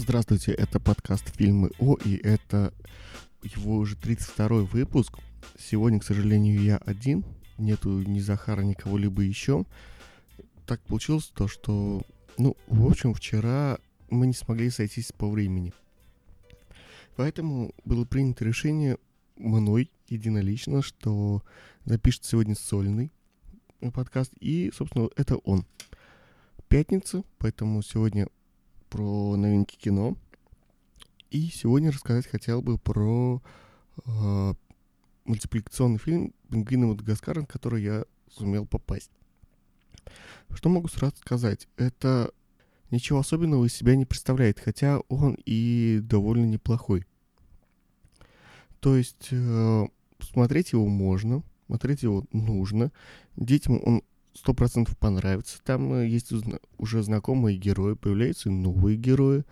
Здравствуйте, это подкаст «Фильмы О», и это его уже 32-й выпуск. Сегодня, к сожалению, я один, нету ни Захара, ни кого-либо еще. Так получилось то, что, в общем, вчера мы не смогли сойтись по времени. Поэтому было принято решение мной единолично, что запишет сегодня сольный подкаст, и, собственно, это он. Пятница, поэтому сегодня про новинки кино. И сегодня рассказать хотел бы про мультипликационный фильм «Пингвины Мадагаскара», на который я сумел попасть. Что могу сразу сказать? Это ничего особенного из себя не представляет, хотя он и довольно неплохой. То есть смотреть его можно, смотреть его нужно. Детям он 100% понравится. Там есть уже знакомые герои, появляются и новые герои.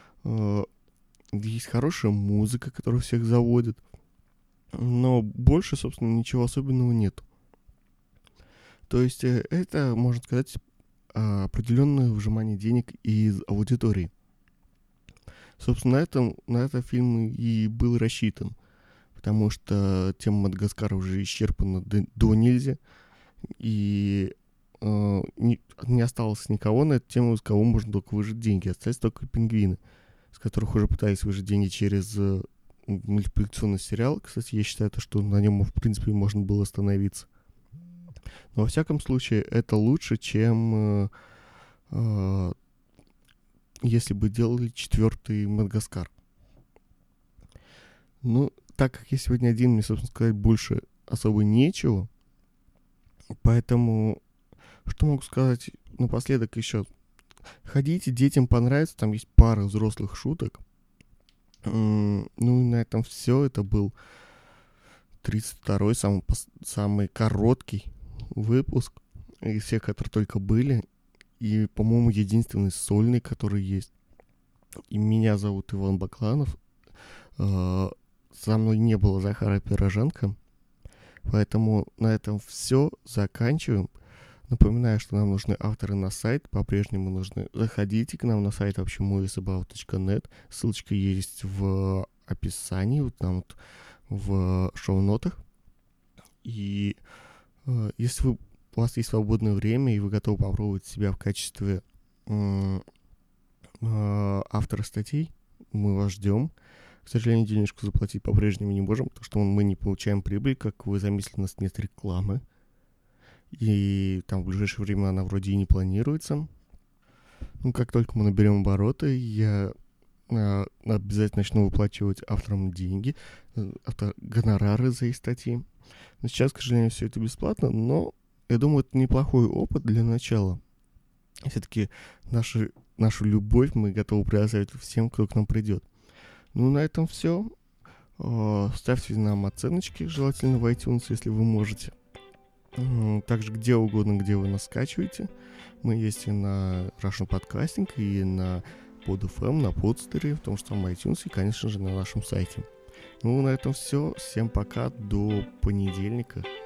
Есть хорошая музыка, которая всех заводит. Но больше, собственно, ничего особенного нет. То есть это, можно сказать, определенное выжимание денег из аудитории. Собственно, на это фильм и был рассчитан. Потому что тема Мадагаскара уже исчерпана до нельзя. И не осталось никого на эту тему, с кого можно только выжать деньги. Остались только пингвины, с которых уже пытались выжать деньги через мультипликационный сериал. Кстати, я считаю, что на нем, в принципе, можно было остановиться. Но, во всяком случае, это лучше, чем если бы делали 4-й Мадагаскар. Так как я сегодня один, мне, собственно сказать, больше особо нечего. Поэтому, что могу сказать напоследок еще? Ходите, детям понравится, там есть пара взрослых шуток. И на этом все. Это был 32-й, самый короткий выпуск из всех, которые только были. И, по-моему, единственный сольный, который есть. И меня зовут Иван Бакланов. Со мной не было Захара Пироженко. Поэтому на этом все. Заканчиваем. Напоминаю, что нам нужны авторы на сайт. По-прежнему нужны. Заходите к нам на сайт moviesabout.net. Ссылочка есть в описании, вот там вот в шоу-нотах. И если у вас есть свободное время, и вы готовы попробовать себя в качестве автора статей, мы вас ждем. К сожалению, денежку заплатить по-прежнему не можем, потому что мы не получаем прибыль, как вы заметили, у нас нет рекламы. И там в ближайшее время она вроде и не планируется. Как только мы наберем обороты, я обязательно начну выплачивать авторам деньги, гонорары за их статьи. Но сейчас, к сожалению, все это бесплатно, но я думаю, это неплохой опыт для начала. Все-таки нашу любовь мы готовы предоставить всем, кто к нам придет. На этом все. Ставьте нам оценочки, желательно в iTunes, если вы можете. Также где угодно, где вы нас скачиваете. Мы есть и на Russian Podcasting, и на PodFM, на Podster, в том же самом iTunes, и, конечно же, на нашем сайте. На этом все. Всем пока. До понедельника.